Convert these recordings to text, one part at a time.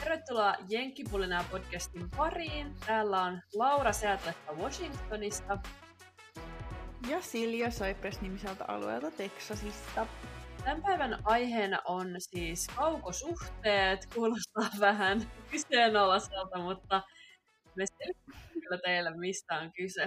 Tervetuloa Jenkkipulinaa podcastin pariin. Täällä on Laura Seatletta Washingtonista. Ja Silja Cypress-nimiseltä alueelta Teksasista. Tämän päivän aiheena on siis kaukosuhteet. Kuulostaa vähän kyseenalaiselta, mutta me selvitetään kyllä teille, mistä on kyse.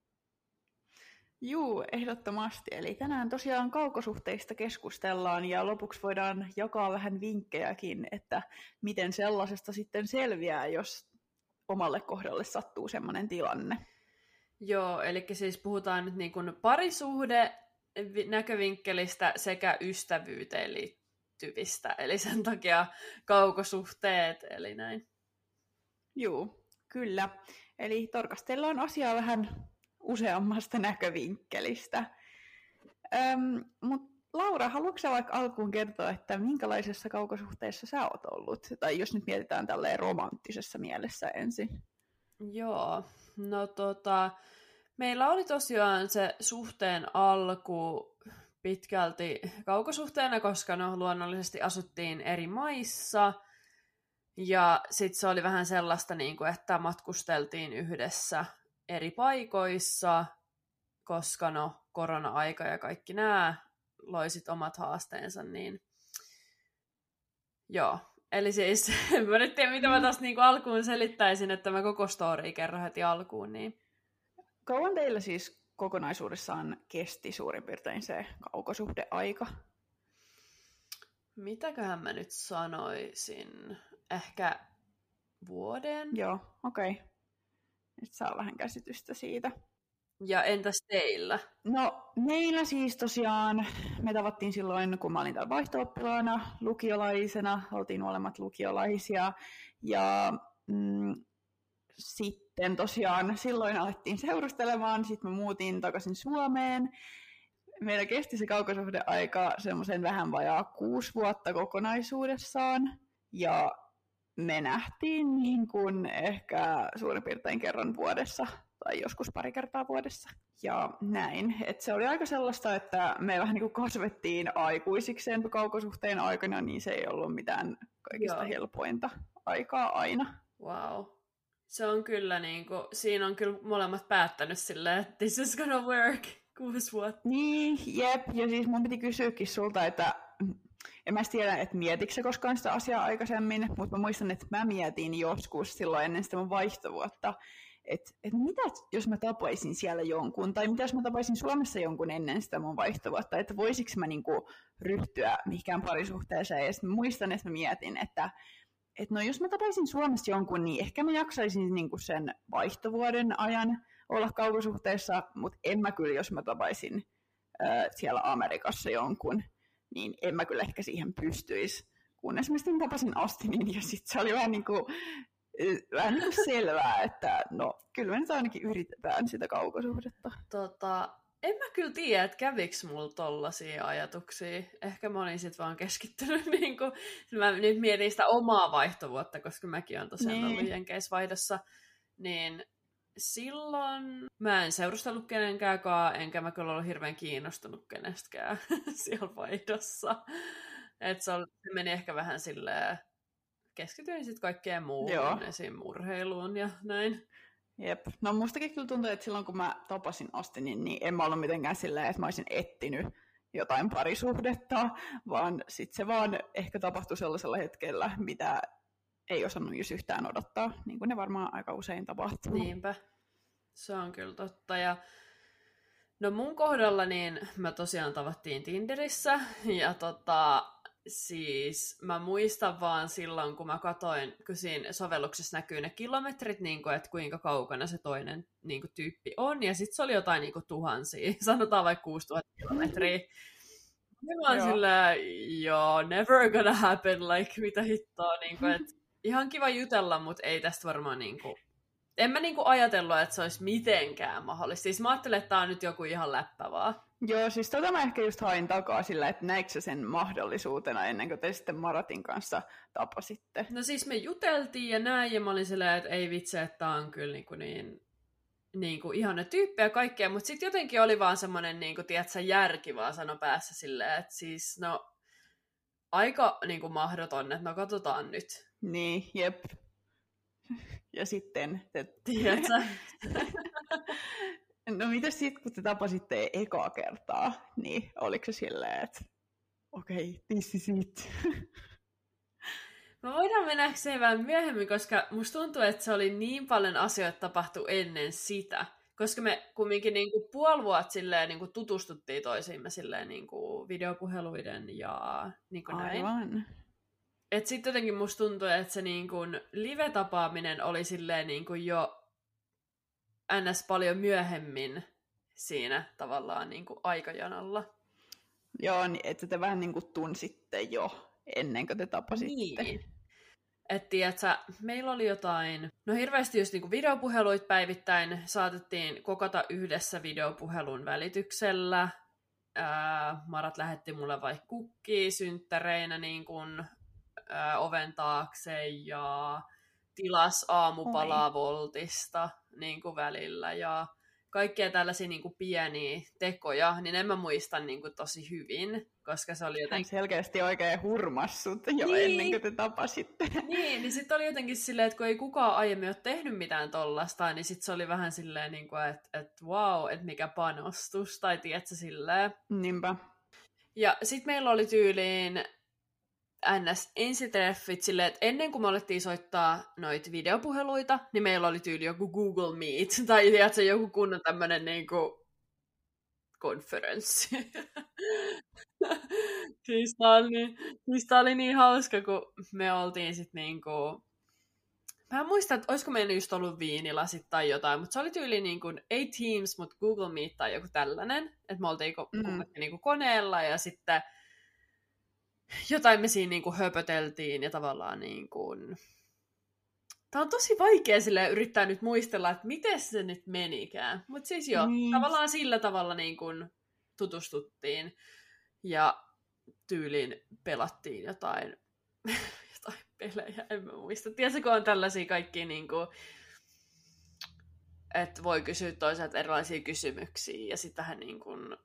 Juu, ehdottomasti. Eli tänään tosiaan kaukosuhteista keskustellaan ja lopuksi voidaan jakaa vähän vinkkejäkin, että miten sellaisesta sitten selviää, jos omalle kohdalle sattuu semmoinen tilanne. Joo, eli siis puhutaan nyt niin kuin parisuhde näkövinkkelistä sekä ystävyyteen liittyvistä, eli sen takia kaukosuhteet, eli näin. Juu, kyllä. Eli tarkastellaan asiaa vähän useammasta näkövinkkelistä. Mutta Laura, haluatko sä vaikka alkuun kertoa, että minkälaisessa kaukosuhteessa sä oot ollut? Tai jos nyt mietitään tälleen romanttisessa mielessä ensin. Joo, no meillä oli tosiaan se suhteen alku pitkälti kaukosuhteena, koska luonnollisesti asuttiin eri maissa. Ja sitten se oli vähän sellaista, että matkusteltiin yhdessä eri paikoissa, koska korona-aika ja kaikki nämä loi sit omat haasteensa, niin joo. Eli siis, mä nyt tiedän, mitä mä taas alkuun selittäisin, että mä koko story kerron heti alkuun. Niin. Kauan teillä siis kokonaisuudessaan kesti suurin piirtein se kaukosuhdeaika? Mitäköhän mä nyt sanoisin? Ehkä vuoden? Joo, okei. Okay. Nyt saa vähän käsitystä siitä. Ja entäs teillä? No, meillä siis tosiaan, me tavattiin silloin, kun mä olin täällä vaihto-oppilaana, lukiolaisena, oltiin molemmat lukiolaisia, ja sitten tosiaan silloin alettiin seurustelemaan, sitten me muutin takaisin Suomeen. Meillä kesti se kaukosuhdeaika semmoisen vähän vajaa 6 vuotta kokonaisuudessaan, ja me nähtiin niin kuin ehkä suurin piirtein kerran vuodessa, tai joskus pari kertaa vuodessa. Ja näin. Et se oli aika sellaista, että me vähän niin kuin kasvettiin aikuisiksi sen kaukosuhteen aikana, niin se ei ollut mitään kaikista helpointa aikaa aina. Wow. Se on kyllä siinä on kyllä molemmat päättänyt silleen, että this is gonna work 6 vuotta. Niin, jep. Ja siis mun piti kysyäkin sulta, että en mä tiedä, että mietitkö sä koskaan sitä asiaa aikaisemmin, mutta mä muistan, että mä mietin joskus silloin ennen sitä mun vaihtovuotta, että mitä jos mä tapaisin siellä jonkun, tai mitä jos mä tapaisin Suomessa jonkun ennen sitä mun vaihtovuotta, että voisiko mä ryhtyä mihinkään parisuhteeseen, ja sitten muistan, että mä mietin, että no jos mä tapaisin Suomessa jonkun, niin ehkä mä jaksaisin sen vaihtovuoden ajan olla kaukosuhteessa, mutta en mä kyllä, jos mä tapaisin siellä Amerikassa jonkun, niin en mä kyllä ehkä siihen pystyisi. Kunnes mä sitten tapasin Austinin, ja sitten se oli vähän selvää, että no kyllä me nyt ainakin yritetään sitä kaukosuhdetta. En mä kyllä tiedä, että kävikö mulla tollaisia ajatuksia. Ehkä mä olin sit vaan keskittynyt, mä nyt mietin sitä omaa vaihtovuotta, koska mäkin olen tosiaan ollut Jenkeisvaihdossa, niin silloin mä en seurustellut kenenkään, enkä mä kyllä ollut hirveän kiinnostunut kenestäkään siellä vaihdossa. Että se meni ehkä vähän silleen, keskityin sitten kaikkeen muuhun, esim. Urheiluun ja näin. Jep. No mustakin kyllä tuntuu, että silloin kun mä tapasin Austinin, niin en mä ollut mitenkään silleen, että mä olisin etsinyt jotain parisuhdetta, vaan sitten se vaan ehkä tapahtui sellaisella hetkellä, mitä ei osannut just yhtään odottaa, niin kuin ne varmaan aika usein tapahtuu. Niinpä. Se on kyllä totta. Ja no mun kohdalla niin mä tosiaan tavattiin Tinderissä, ja siis mä muistan vaan silloin, kun mä katoin, kun siinä sovelluksessa näkyy ne kilometrit, että kuinka kaukana se toinen tyyppi on, ja sitten se oli jotain tuhansia, sanotaan vaikka 6000 kilometriä. Mä oon silleen, never gonna happen, mitä hittoa, että ihan kiva jutella, mutta ei tästä varmaan en mä ajatellut, että se olisi mitenkään mahdollista. Siis mä ajattelin, että tää on nyt joku ihan läppä vaan. Joo, siis mä ehkä just hain takaa sillä, että näikö sä sen mahdollisuutena ennen kuin te sitten Maratin kanssa tapasitte? No siis me juteltiin ja näin, ja mä olin silleen, että ei vitsi, että tää on kyllä ihana tyyppi ja kaikkea, mutta sitten jotenkin oli vaan semmoinen, tiedätkö, järki vaan sano päässä silleen, että siis aika mahdoton, että katsotaan nyt. Niin, jep. Ja sitten... Tiedätkö? No mitäs sitten, kun te tapasitte ekaa kertaa, niin oliko se silleen, että okei, this is it? Me voidaan mennä siihen vähän myöhemmin, koska musta tuntuu, että se oli niin paljon asioita tapahtui ennen sitä. Koska me kumminkin niin kuin puoli vuotta silleen, niin kuin tutustuttiin toisiimme silleen, niin kuin videopuheluiden ja niin kuin näin. Aivan. Et sitten jotenkin musta tuntuu, että se niin kuin live-tapaaminen oli silleen niin kuin jo ns. Paljon myöhemmin siinä tavallaan niin kuin aikajanalla. Joo, niin että te vähän niin kuin tunsitte jo ennen kuin te tapasitte. Niin. Että tiiätsä, meillä oli jotain, no hirveästi just niinku videopuheluit päivittäin, saatettiin kokata yhdessä videopuhelun välityksellä. Marat lähetti mulle vaikka kukkia synttäreinä niin kun, oven taakse ja tilas aamupalaa Voltista niin kuin välillä ja kaikkia tällaisia niin kuin pieniä tekoja, niin en mä muista niin kuin tosi hyvin, koska se oli jotenkin... Hän selkeästi oikein hurmassut jo niin. ennen kuin te tapasitte. Niin sitten oli jotenkin silleen, että kun ei kukaan aiemmin ole tehnyt mitään tollasta, niin sitten se oli vähän silleen, niin että wow, että mikä panostus, tai tiedätkö silleen. Niinpä. Ja sitten meillä oli tyyliin ns. Ensitreffit silleen, että ennen kuin me alettiin soittaa noita videopuheluita, niin meillä oli tyyli joku Google Meet, tai tiedätkö, joku kunnon tämmönen niinku konferenssi. Siis tää oli niin hauska, kun me oltiin sit niinku... Mä en muista, että olisiko meillä just ollut viinilasit tai jotain, mutta se oli tyyli niin kuin, ei Teams, mutta Google Meet tai joku tällainen. Että me oltiin niin koneella ja sitten jotain me siinä niin kuin höpöteltiin ja tavallaan niin kuin... Tää on tosi vaikea silleen yrittää nyt muistella, että miten se nyt menikään. Mutta siis joo, tavallaan sillä tavalla niin kuin tutustuttiin ja tyyliin pelattiin jotain pelejä, en mä muista. Tiedätkö, kun on tällaisia kaikkia, niin kuin, että voi kysyä toiselta erilaisia kysymyksiä ja sitten vähän niin kuin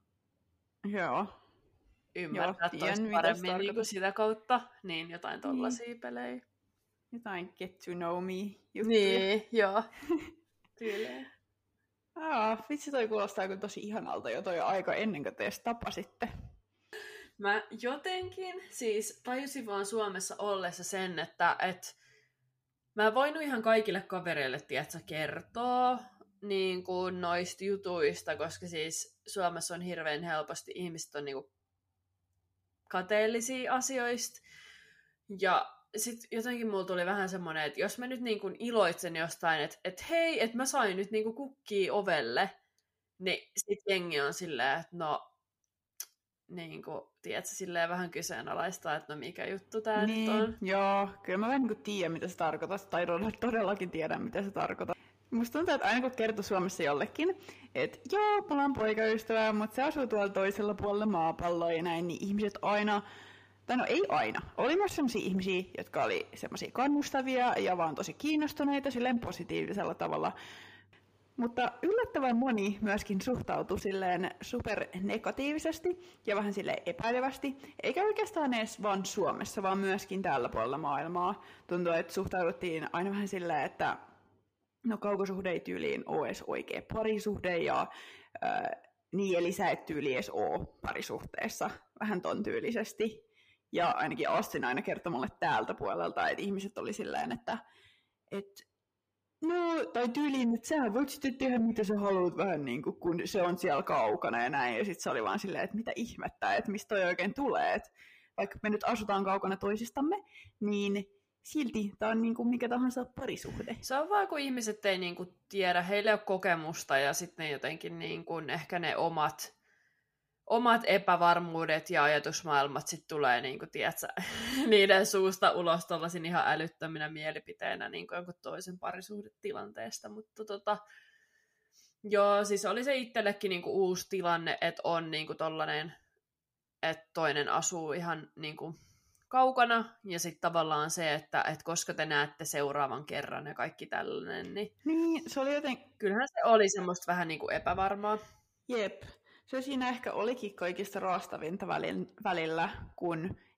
ymmärtää toista paremmin niin kuin sitä kautta, niin jotain tollaisia pelejä. Jotain get to know me juttuja. Niin, joo. Tyyliin. Vitsi, toi kuulostaa kyllä tosi ihanalta jo toi aika ennen kuin te edes tapasitte. Mä jotenkin siis tajusin vaan Suomessa ollessa sen, että mä en voinut ihan kaikille kavereille, tiedätkö, kertoa niin kuin noista jutuista, koska siis Suomessa on hirveän helposti ihmiset on niin kuin kateellisia asioista. Ja sitten jotenkin mulla tuli vähän semmoinen, että jos mä nyt niin kuin iloitsen jostain, että hei, että mä sain nyt niin kuin kukkia ovelle, niin sit jengi on silleen, että no, niin kuin, tiedätkö, silleen vähän kyseenalaistaa, että no mikä juttu tää nyt on. Joo, kyllä mä vähän niin kuin tiedän, mitä se tarkoittaa, tai todellakin tiedän, mitä se tarkoittaa. Musta tuntuu, että aina kun kertoo Suomessa jollekin, että joo, mulla on poikaystävä, mutta se asuu tuolla toisella puolella maapalloa ja näin, niin ihmiset aina, tai no ei aina, oli myös sellaisia ihmisiä, jotka oli semmoisia kannustavia ja vaan tosi kiinnostuneita silleen positiivisella tavalla. Mutta yllättävän moni myöskin suhtautui silleen supernegatiivisesti ja vähän silleen epäilevästi, eikä oikeastaan edes vaan Suomessa, vaan myöskin tällä puolella maailmaa. Tuntuu, että suhtauduttiin aina vähän silleen, että no kaukosuhde ei tyyliin ole edes oikea parisuhde ja niin, eli sä et tyyli edes ole parisuhteessa vähän ton tyylisesti. Ja ainakin Austin aina kertoi mulle täältä puolelta, että ihmiset oli silleen, että no, tai tyyliin, että sä voit sitten tehdä mitä sä haluat vähän niin kuin, kun se on siellä kaukana ja näin. Ja sitten se oli vaan silleen, että mitä ihmettä, että mistä toi oikein tulee. Että vaikka me nyt asutaan kaukana toisistamme, niin silti tää on niin kuin mikä tahansa parisuhde. Se on vaan, kun ihmiset ei niin kuin tiedä, heillä ei ole kokemusta ja sitten ne jotenkin niin kuin, ehkä ne omat epävarmuudet ja ajatusmaailmat sitten tulee, niin kuin, tiedätkö, niiden suusta ulos tollasin ihan älyttöminä mielipiteenä niin kuin jonkun toisen parisuhdetilanteesta. Mutta joo, siis oli se itsellekin niin kuin uusi tilanne, että on niin kuin tollainen, että toinen asuu ihan niin kuin kaukana, ja sitten tavallaan se, että koska te näette seuraavan kerran ja kaikki tällainen, niin se oli kyllähän se oli semmoista vähän niin kuin epävarmaa. Jep. Se siinä ehkä olikin kaikista raastavinta välillä, kun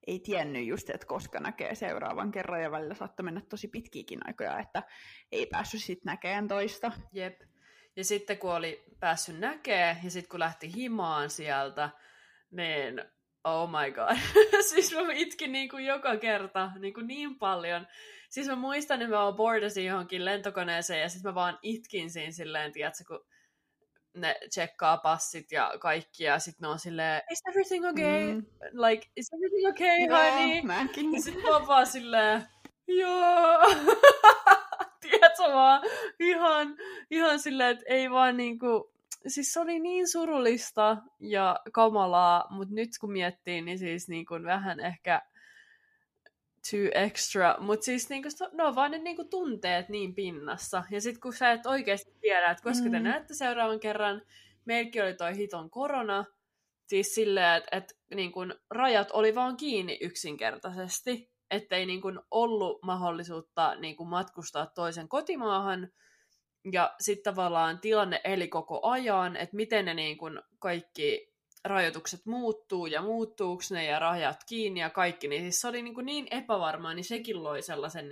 ei tiennyt just, että koska näkee seuraavan kerran, ja välillä saattoi mennä tosi pitkiäkin aikoja, että ei päässyt sitten näkemään toista. Jep. Ja sitten kun oli päässyt näkemään, ja sitten kun lähti himaan sieltä, niin oh my god. Siis mä itkin niin kuin joka kerta niin paljon. Siis mä muistan, että mä boardasin johonkin lentokoneeseen, ja sitten mä vaan itkin siinä silleen, tiedätkö, kun ne tsekkaa passit ja kaikki, ja sitten ne on silleen, is everything okay? Like, is everything okay, honey? Mäkin. Ja sitten mä oon vaan silleen, joo. Tiedätkö vaan, ihan silleen, että ei vaan niinku, siis se oli niin surullista ja kamalaa, mutta nyt kun miettii, niin siis niinku vähän ehkä too extra, mutta siis niinku, ne on vaan ne niinku tunteet niin pinnassa. Ja sit kun sä et oikeasti tiedä, että koska te näette seuraavan kerran, meilläkin oli toi hiton korona, siis silleen, että niinku, rajat oli vaan kiinni yksinkertaisesti, ettei niinku ollut mahdollisuutta niinku matkustaa toisen kotimaahan, ja sitten tavallaan tilanne eli koko ajan, että miten ne niinku kaikki rajoitukset muuttuu ja muuttuuko ne ja rajat kiinni ja kaikki, niin siis se oli niin epävarmaa, niin sekin loi sellaisen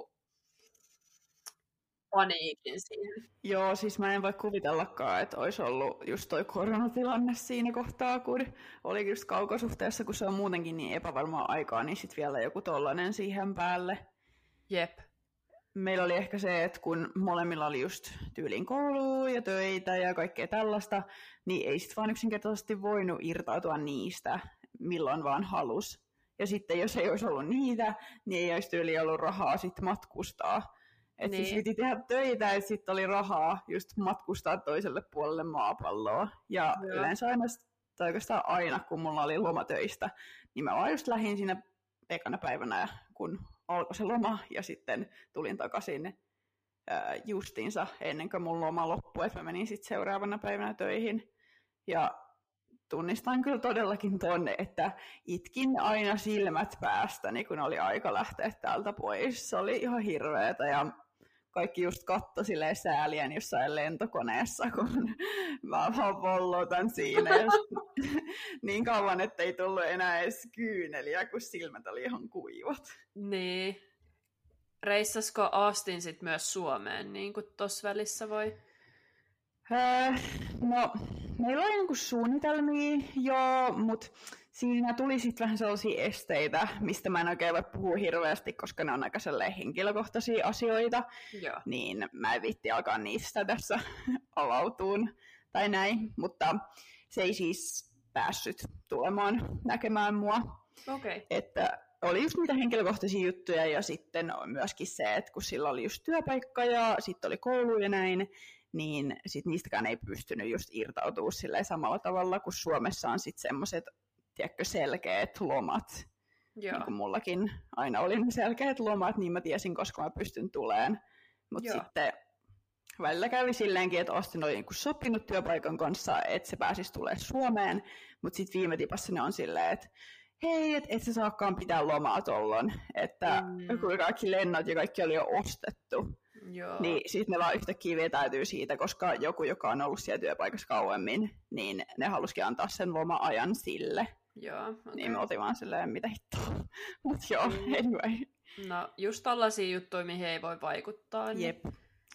paniikin siihen. Joo, siis mä en voi kuvitellakaan, että olisi ollut just toi koronatilanne siinä kohtaa, kun oli just kaukosuhteessa, kun se on muutenkin niin epävarmaa aikaa, niin sitten vielä joku tollainen siihen päälle. Jep. Meillä oli ehkä se, että kun molemmilla oli just tyylin koulua ja töitä ja kaikkea tällaista, niin ei sitten vaan yksinkertaisesti voinut irtautua niistä, milloin vaan halus. Ja sitten jos ei olisi ollut niitä, niin ei olisi tyyli ollut rahaa sitten matkustaa. Että niin. Siis piti tehdä töitä, että sitten oli rahaa just matkustaa toiselle puolelle maapalloa. Ja yleensä aina, tai oikeastaan aina, kun mulla oli lomatöistä, niin mä vaan just lähdin siinä ekana päivänä, kun alkoi se loma, ja sitten tulin takaisin justiinsa ennen kuin mun loma loppui, että mä menin sitten seuraavana päivänä töihin. Ja tunnistan kyllä todellakin tonne, että itkin aina silmät päästäni, kun oli aika lähteä täältä pois. Se oli ihan hirveetä, ja kaikki just katto silleen säälien jossain lentokoneessa, kun mä vaan vollotan siinä. Niin kauan, ettei tullut enää edes kyyneliä, kun silmät oli ihan kuivat. Niin. Reissasko Austin sit myös Suomeen, niin kuin tossa välissä voi? No, meillä oli jonkun suunnitelmia, joo, mutta siinä tuli sitten vähän sellaisia esteitä, mistä mä en oikein voi puhua hirveästi, koska ne on aika henkilökohtaisia asioita. Joo. Niin mä en viitti alkaa niistä tässä avautuun tai näin, mutta se ei siis päässyt tulemaan näkemään mua. Okay. Että oli just niitä henkilökohtaisia juttuja ja sitten myöskin se, että kun sillä oli just työpaikka ja sitten oli koulu ja näin, niin sit niistäkään ei pystynyt just irtautumaan samalla tavalla, kun Suomessa on sitten semmoiset, tiedätkö, selkeät lomat. Joo. Niin kuin mullakin aina oli ne selkeät lomat, niin mä tiesin, koska mä pystyn tulemaan. Mutta sitten välillä kävi silleenkin, että Austin oli niinku sopinut työpaikan kanssa, että se pääsisi tulemaan Suomeen, mutta sitten viime tipassa ne on silleen, että hei, et sä saakaan pitää lomaa tollon, että kun kaikki lennot ja kaikki oli jo ostettu. Joo. Niin sitten ne vaan yhtäkkiä vetäytyy siitä, koska joku, joka on ollut siellä työpaikassa kauemmin, niin ne halusikin antaa sen loma-ajan sille. Joo, okay. Niin me oltiin vaan silleen, mitä hittoa. Mut joo, anyway. No, just tällaisia juttuja, mihin ei voi vaikuttaa. Niin... Jep.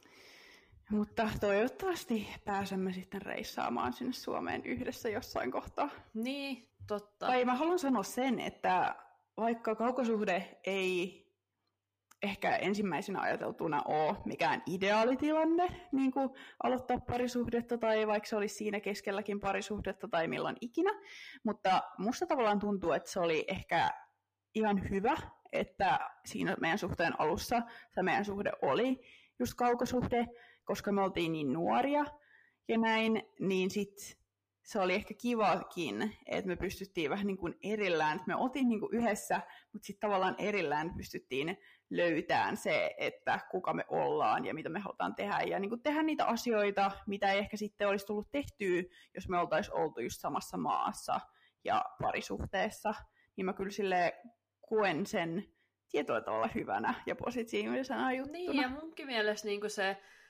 Mutta toivottavasti pääsemme sitten reissaamaan sinne Suomeen yhdessä jossain kohtaa. Niin, totta. Tai mä haluan sanoa sen, että vaikka kaukosuhde ei ehkä ensimmäisenä ajateltuna ole mikään ideaalitilanne niin kuin aloittaa parisuhdetta tai vaikka se olisi siinä keskelläkin parisuhdetta tai milloin ikinä, mutta musta tavallaan tuntuu, että se oli ehkä ihan hyvä, että siinä meidän suhteen alussa se meidän suhde oli just kaukosuhde, koska me oltiin niin nuoria ja näin, niin sitten se oli ehkä kivakin, että me pystyttiin vähän niin kuin erillään, että me oltiin niin kuin yhdessä, mutta sitten tavallaan erillään pystyttiin löytämään se, että kuka me ollaan ja mitä me halutaan tehdä. Ja niin kuin tehdä niitä asioita, mitä ei ehkä sitten olisi tullut tehtyä, jos me oltaisiin oltu just samassa maassa ja parisuhteessa. Niin mä kyllä silleen koen sen tietyllä tavalla hyvänä ja positiivisena juttuna. Niin, ja munkin mielestä niin kuin se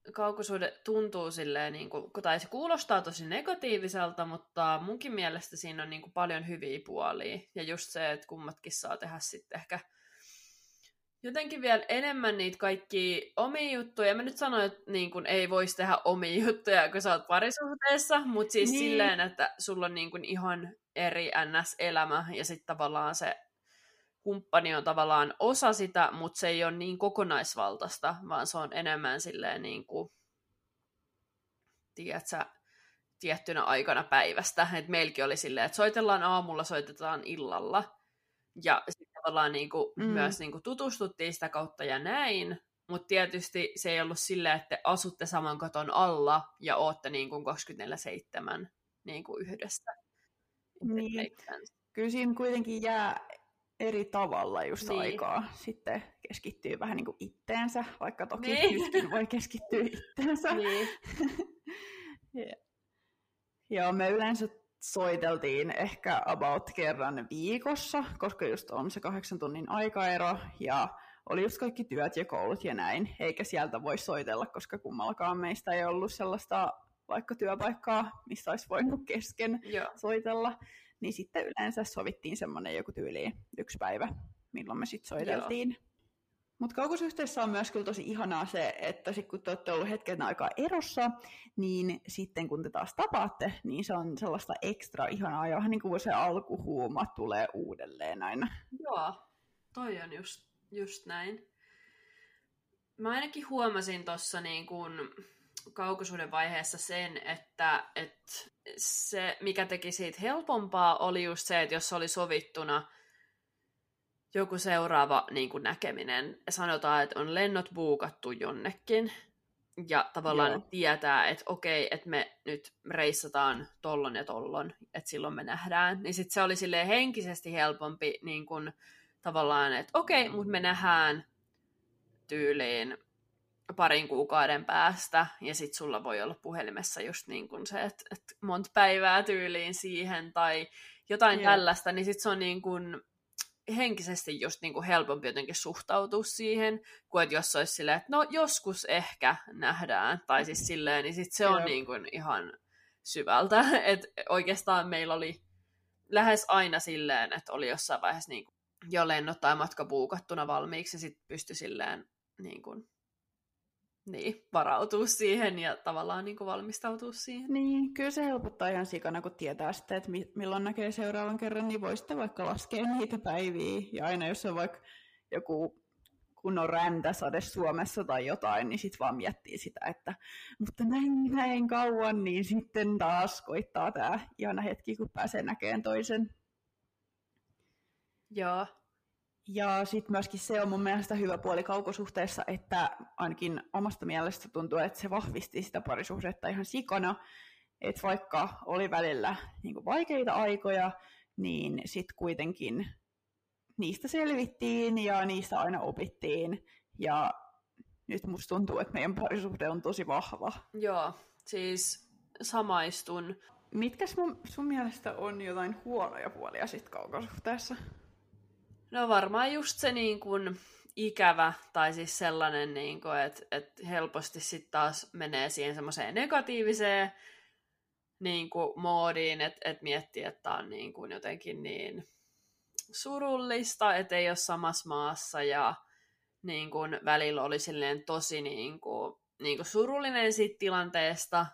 kaukosuhde tuntuu silleen, niin kuin, tai se kuulostaa tosi negatiiviselta, mutta munkin mielestä siinä on niin kuin paljon hyviä puolia. Ja just se, että kummatkin saa tehdä sitten ehkä jotenkin vielä enemmän niitä kaikkia omia juttuja. Mä nyt sanoin, että niin kun ei voisi tehdä omia juttuja, kun sä oot parisuhteessa, mutta siis Niin. silleen, että sulla on niin kun ihan eri NS-elämä, ja sitten tavallaan se kumppani on tavallaan osa sitä, mutta se ei ole niin kokonaisvaltaista, vaan se on enemmän silleen niin kuin, tiedätkö, tiettynä aikana päivästä. Et meilläkin oli silleen, että soitellaan aamulla, soitetaan illalla. Ja sitten tavallaan niinku myös niinku tutustuttiin sitä kautta ja näin, mutta tietysti se ei ollut silleen, että te asutte saman katon alla ja ootte niinku 24/7 niinku yhdessä. Niin. Kyllä siinä kuitenkin jää eri tavalla just aikaa. Sitten keskittyy vähän niin kuin itteensä, vaikka toki nytkin voi keskittyä itteensä. Niin. Joo, me yleensä soiteltiin ehkä about kerran viikossa, koska just on se 8 tunnin aikaero ja oli just kaikki työt ja koulut ja näin, eikä sieltä voi soitella, koska kummallakaan meistä ei ollut sellaista vaikka työpaikkaa, missä olisi voinut kesken soitella, niin sitten yleensä sovittiin semmoinen joku tyyliin 1 päivä, milloin me sitten soiteltiin. Mutta kaukosuhteessa on myös kyllä tosi ihanaa se, että sit kun te olette ollut hetken aikaa erossa, niin sitten kun te taas tapaatte, niin se on sellaista ekstra ihanaa ja vähän niin kuin se alkuhuuma tulee uudelleen aina. Joo, toi on just näin. Mä ainakin huomasin tuossa niin kun kaukosuhden vaiheessa sen, että se, mikä teki siitä helpompaa, oli just se, että jos oli sovittuna joku seuraava niin kuin näkeminen, sanotaan, että on lennot buukattu jonnekin, ja tavallaan tietää, että okei, että me nyt reissataan tollon ja tollon, että silloin me nähdään, niin sitten se oli silleen henkisesti helpompi niin kuin, tavallaan, että okei, mutta me nähdään tyyliin 2 kuukauden päästä, ja sitten sulla voi olla puhelimessa just niin kuin se, että monta päivää tyyliin siihen, tai jotain tällaista, niin sitten se on niin kuin henkisesti just niin kuin helpompi jotenkin suhtautua siihen, kuin että jos olisi silleen, että no joskus ehkä nähdään, tai siis silleen, niin sitten se on niin kuin ihan syvältä. Että oikeastaan meillä oli lähes aina silleen, että oli jossain vaiheessa niin kuin jo lennot tai matka buukattuna valmiiksi, ja sitten pystyi silleen niin kuin varautua siihen ja tavallaan niin kuin valmistautua siihen. Niin, kyllä se helpottaa ihan sikana, kun tietää sitten, että milloin näkee seuraavan kerran, niin voi sitten vaikka laskea niitä päiviä. Ja aina jos on vaikka joku kunnon räntäsade Suomessa tai jotain, niin sitten vaan miettii sitä, että mutta näin kauan, niin sitten taas koittaa tämä ihana hetki, kun pääsee näkemään toisen. Joo. Ja sitten myöskin se on mun mielestä hyvä puoli kaukosuhteessa, että ainakin omasta mielestä tuntuu, että se vahvisti sitä parisuhdetta ihan sikana. Että vaikka oli välillä niin vaikeita aikoja, niin sitten kuitenkin niistä selvittiin ja niistä aina opittiin. Ja nyt musta tuntuu, että meidän parisuhde on tosi vahva. Joo, siis samaistun. Mitkäs sun mielestä on jotain huonoja puolia sitten kaukosuhteessa? No varmaan just se niin kuin ikävä, tai siis sellainen, niin kuin, että helposti sitten taas menee siihen semmoiseen negatiiviseen niin kuin moodiin, että miettii, että on niin kuin jotenkin niin surullista, että ei ole samassa maassa, ja niin kuin välillä oli silleen tosi niin kuin surullinen siitä tilanteesta.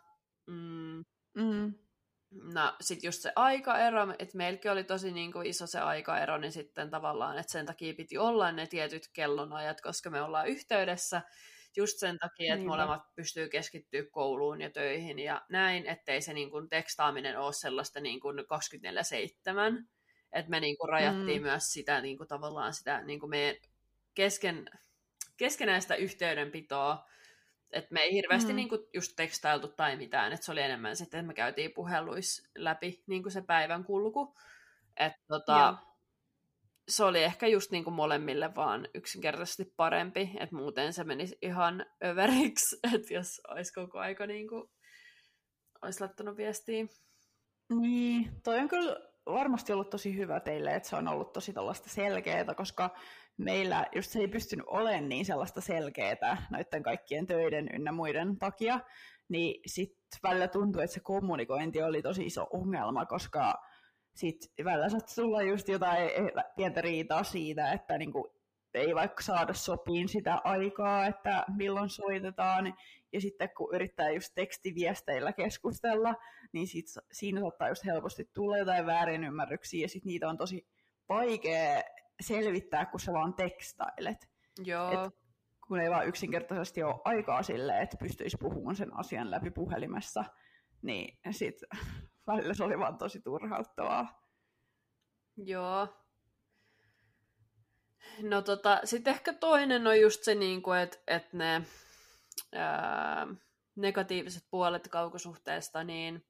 No sit just se aikaero, että meilläkin oli tosi niin kuin iso se aikaero, niin sitten tavallaan, että sen takia piti olla ne tietyt kellonajat, koska me ollaan yhteydessä just sen takia, että molemmat pystyy keskittyä kouluun ja töihin ja näin, ettei se niin kuin tekstaaminen ole sellaista niin kuin 24/7, että me niin kuin rajattiin myös sitä niin kuin tavallaan sitä niin kuin meidän keskenäistä yhteydenpitoa. Että me ei hirveästi niinku just tekstailtu tai mitään, että se oli enemmän sitten, että me käytiin puheluissa läpi niinku se päivän kulku. Että se oli ehkä just niinku molemmille vaan yksinkertaisesti parempi, että muuten se menisi ihan överiksi, että jos olisi koko aika niinku, olisi laittanut viestiä. Niin, toi on kyllä varmasti ollut tosi hyvä teille, että se on ollut tosi tällaista selkeää, koska meillä just se ei pystynyt olemaan niin sellaista selkeää noiden kaikkien töiden ynnä muiden takia, niin sitten välillä tuntui, että se kommunikointi oli tosi iso ongelma, koska sitten välillä saattoi tulla just jotain pientä riitaa siitä, että niinku ei vaikka saada sopiin sitä aikaa, että milloin soitetaan, ja sitten kun yrittää just tekstiviesteillä keskustella, niin siinä saattaa just helposti tulla jotain väärinymmärryksiä, ja sitten niitä on tosi vaikea selvittää, kun sä vaan tekstailet. Joo. Et kun ei vaan yksinkertaisesti ole aikaa silleen, että pystyisi puhumaan sen asian läpi puhelimessa, niin sitten välillä se oli vaan tosi turhauttavaa. Joo. No sitten ehkä toinen on just se, niinku, että ne negatiiviset puolet kaukosuhteesta, niin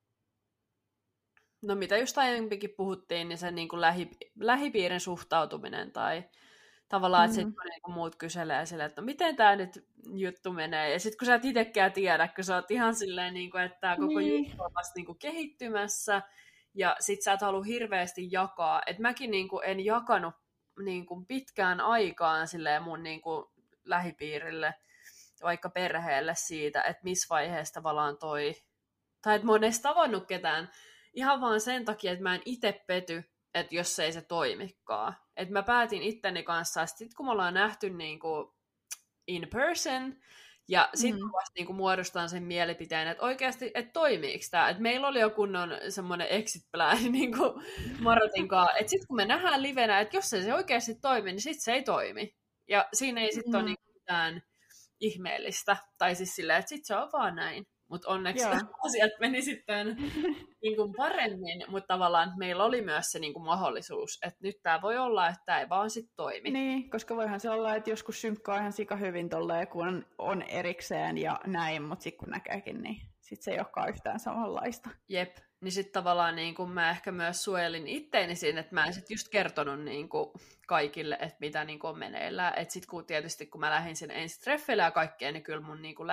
no mitä just aiemminkin puhuttiin, niin se niinku lähipiirin suhtautuminen tai tavallaan, että sitten kun niinku muut kyselee silleen, että no miten tämä nyt juttu menee, ja sitten kun sä et itsekään tiedä, kun sä oot ihan silleen, niinku, että tämä koko juttu on vasta niinku kehittymässä, ja sit sä et halua hirveästi jakaa, että mäkin niinku en jakanut niinku pitkään aikaan silleen mun niinku lähipiirille, vaikka perheelle siitä, että missä vaiheessa tavallaan tai että mä oon edes tavannut ketään, ihan vaan sen takia, että mä en itse pety, että jos ei se toimikaan. Että mä päätin itteni kanssa, että sit kun me ollaan nähty niinku in person, ja sitten vasta niinku muodostan sen mielipiteen, että oikeasti, että toimiiko tämä. Että meillä oli jo kunnon semmoinen exit plan niinku Marotin kanssa, että sitten kun me nähdään livenä, että jos ei se oikeasti toimi, niin sitten se ei toimi. Ja siinä ei sitten ole niinku mitään ihmeellistä. Tai siis silleen, että sitten se on vaan näin. Mutta onneksi asiat meni sitten niinku paremmin, mutta tavallaan meillä oli myös se niinku mahdollisuus, että nyt tämä voi olla, että tämä ei vaan sitten toimi. Niin, koska voihan se olla, että joskus synkkaa ihan sika hyvin tolleen, kun on erikseen ja näin, mutta sitten kun näkeekin, niin sitten se ei olekaan yhtään samanlaista. Jep, niin sitten tavallaan niinku mä ehkä myös suojelin itteeni siinä, että mä en sitten just kertonut niinku kaikille, että mitä niinku on meneillään. Että sitten kun mä lähdin sen ensi treffeille ja kaikkeen, niin kyllä mun niinku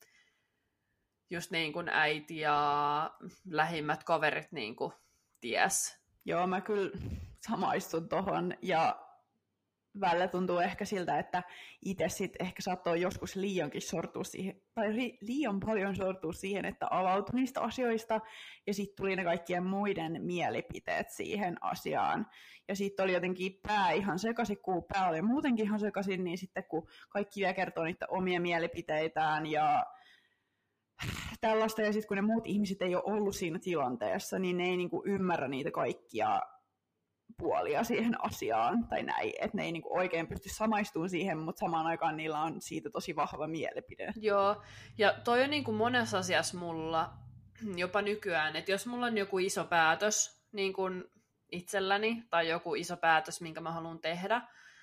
just niin kuin äiti ja lähimmät kaverit niin kuin ties. Joo, mä kyllä samaistun tohon ja välillä tuntuu ehkä siltä, että itse sitten ehkä saattoi joskus liiankin sortua siihen, tai liian paljon sortua siihen, että avautui niistä asioista ja sitten tuli ne kaikkien muiden mielipiteet siihen asiaan. Ja sitten oli jotenkin pää ihan sekaisin, kun pää oli muutenkin ihan sekaisin, niin sitten kun kaikki vielä kertoo niitä omia mielipiteitään ja tällaista, ja sitten kun ne muut ihmiset ei ole ollut siinä tilanteessa, niin ne ei niinku ymmärrä niitä kaikkia puolia siihen asiaan, tai näin, että ne ei niinku oikein pysty samaistumaan siihen, mutta samaan aikaan niillä on siitä tosi vahva mielipide. Joo, ja toi on niinku monessa asiassa mulla, jopa nykyään, että jos mulla on joku iso päätös niin kuin itselläni, tai joku iso päätös, minkä mä haluan tehdä,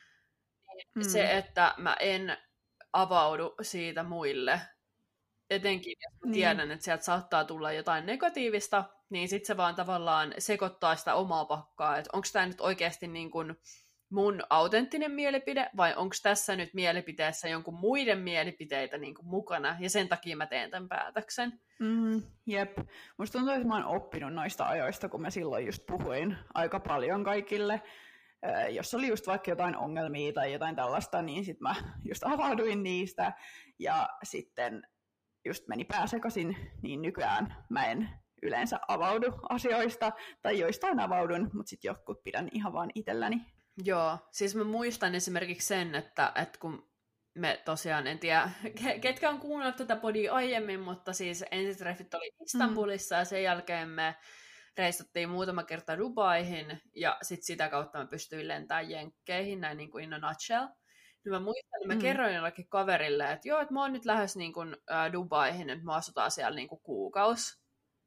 niin se, että mä en avaudu siitä muille, etenkin jos tiedän, että sieltä saattaa tulla jotain negatiivista, niin sitten se vaan tavallaan sekoittaa sitä omaa pakkaa, että onko tämä nyt oikeasti niin kuin mun autenttinen mielipide, vai onko tässä nyt mielipiteessä jonkun muiden mielipiteitä niin kuin mukana, ja sen takia mä teen tämän päätöksen. Jep. Musta tuntuu, että mä oon oppinut noista ajoista, kun mä silloin just puhuin aika paljon kaikille. Jos oli just vaikka jotain ongelmia tai jotain tällaista, niin sitten mä just avauduin niistä, ja sitten just meni pää sekaisin, niin nykyään mä en yleensä avaudu asioista, tai joistain avaudun, mutta sitten jotkut pidän ihan vaan itselläni. Joo, siis mä muistan esimerkiksi sen, että kun me tosiaan, en tiedä, ketkä on kuunnellut tätä podia aiemmin, mutta siis ensitreffit oli Istanbulissa, ja sen jälkeen me reissattiin muutama kerta Dubaihin, ja sitten sitä kautta mä pystyin lentämään jenkkeihin, näin niin kuin in a nutshell. Niin mä muistan, että mä kerroin jollekin kaverille, että joo, että mä oon nyt lähes niin kuin Dubaihin, että me asutaan siellä niin kuin kuukausi.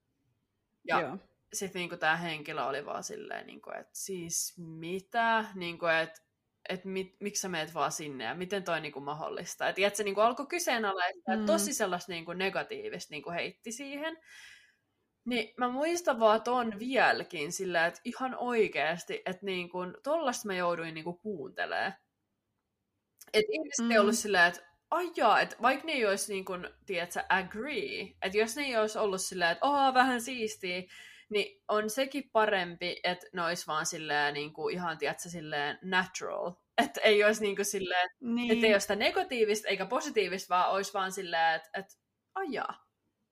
Ja sitten niin tämä henkilö oli vaan silleen, niin kuin, että siis mitä, niin kuin, että miksi sä meet vaan sinne ja miten toi niin kuin mahdollista. Että se niin kuin alkoi kyseenalaistaa, tosi sellaista niin kuin negatiivista niin kuin heitti siihen. Niin mä muistan vaan ton vieläkin silleen, että ihan oikeasti, että niin kuin, tollaista mä jouduin niin kuin kuuntelemaan. Että ihmiset ei ollut silleen, että ajaa, että vaikka ne ei olisi niin kuin, tiedätkö, agree, että jos ne ei olisi ollut silleen, että vähän siistiä, niin on sekin parempi, että ne olisi vaan silleen niin kuin, ihan, tiedätkö, silleen natural. Että ei olisi niinku silleen, Niin. että ei ole sitä negatiivista eikä positiivista, vaan olisi vaan silleen, että ajaa.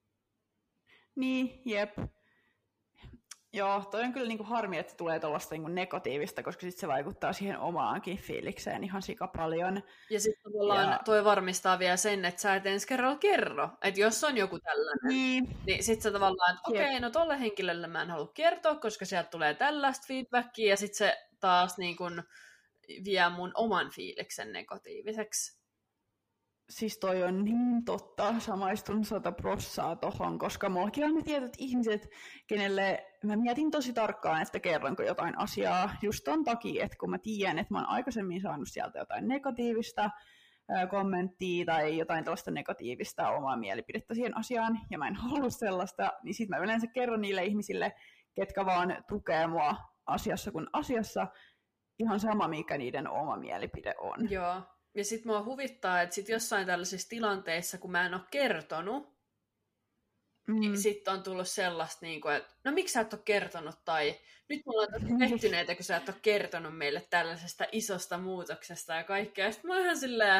Niin, jep. Joo, toi on kyllä niinku harmi, että tulee tuollaista niinku negatiivista, koska sit se vaikuttaa siihen omaankin fiilikseen ihan sika paljon. Ja sitten tavallaan toi varmistaa vielä sen, että sä et ensi kerralla kerro. Että jos on joku tällainen, niin sit sä tavallaan, että okei, no tolle henkilölle mä en halua kertoa, koska sieltä tulee tällaista feedbackia, ja sit se taas niin kun vie mun oman fiiliksen negatiiviseksi. Siis toi on niin totta, samaistun 100% tohon, koska mullakin on ne tietyt ihmiset, kenelle mä mietin tosi tarkkaan, että kerronko jotain asiaa just ton takia, että kun mä tiedän, että mä oon aikaisemmin saanut sieltä jotain negatiivista kommenttia tai jotain tällaista negatiivista omaa mielipidettä siihen asiaan, ja mä en halua sellaista, niin sit mä yleensä kerron niille ihmisille, ketkä vaan tukee mua asiassa kuin asiassa, ihan sama mikä niiden oma mielipide on. Joo. Ja sit mua huvittaa, että sit jossain tällaisissa tilanteissa, kun mä en ole kertonut, niin sit on tullut sellaista, että no miksi sä et ole kertonut, tai nyt mulla on tosi pettyneitä, kun sä et ole kertonut meille tällaisesta isosta muutoksesta ja kaikkea. Ja sit mä oon ihan silleen,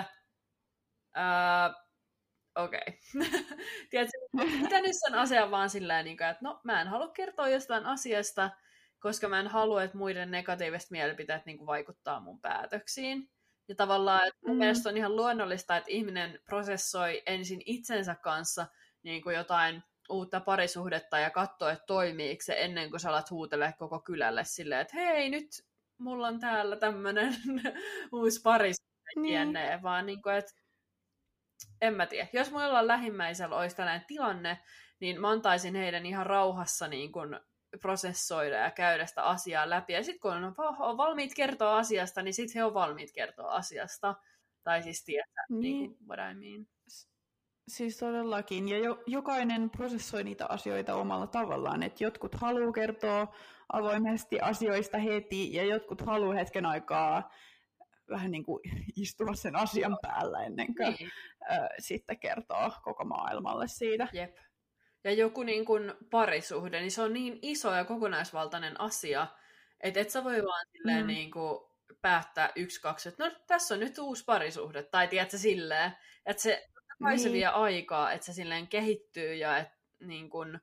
okei. Tiedätkö, pitänyt sen asian vaan silleen, että no mä en halua kertoa jostain asiasta, koska mä en halua, että muiden negatiiviset mielipiteet vaikuttaa mun päätöksiin. Ja tavallaan, että mun mielestä on ihan luonnollista, että ihminen prosessoi ensin itsensä kanssa niin kuin jotain uutta parisuhdetta ja katsoo, että toimiiko se ennen kuin sä alat huutelemaan koko kylälle silleen, että hei, nyt mulla on täällä tämmönen uusi parisuhde, vaan niin kuin, että en mä tiedä. Jos mulla lähimmäisellä olisi tällainen tilanne, niin mä antaisin heidän ihan rauhassa niin kuin prosessoida ja käydä sitä asiaa läpi. Ja sitten kun on valmiit kertoa asiasta, niin sitten he on valmiit kertoa asiasta. Tai siis tietää, niin what I mean. Siis todellakin. Ja jokainen prosessoi niitä asioita omalla tavallaan. Että jotkut haluaa kertoa avoimesti asioista heti, ja jotkut haluaa hetken aikaa vähän niin kuin istua sen asian päällä ennen kuin sitten kertoo koko maailmalle siitä. Jep. Ja joku niin kuin parisuhde, niin se on niin iso ja kokonaisvaltainen asia, että et sä voi vaan silleen niin kuin päättää 1-2, että no tässä on nyt uusi parisuhde. Tai tiedätkö silleen, että se vie aikaa, että se silleen kehittyy ja että niin kuin,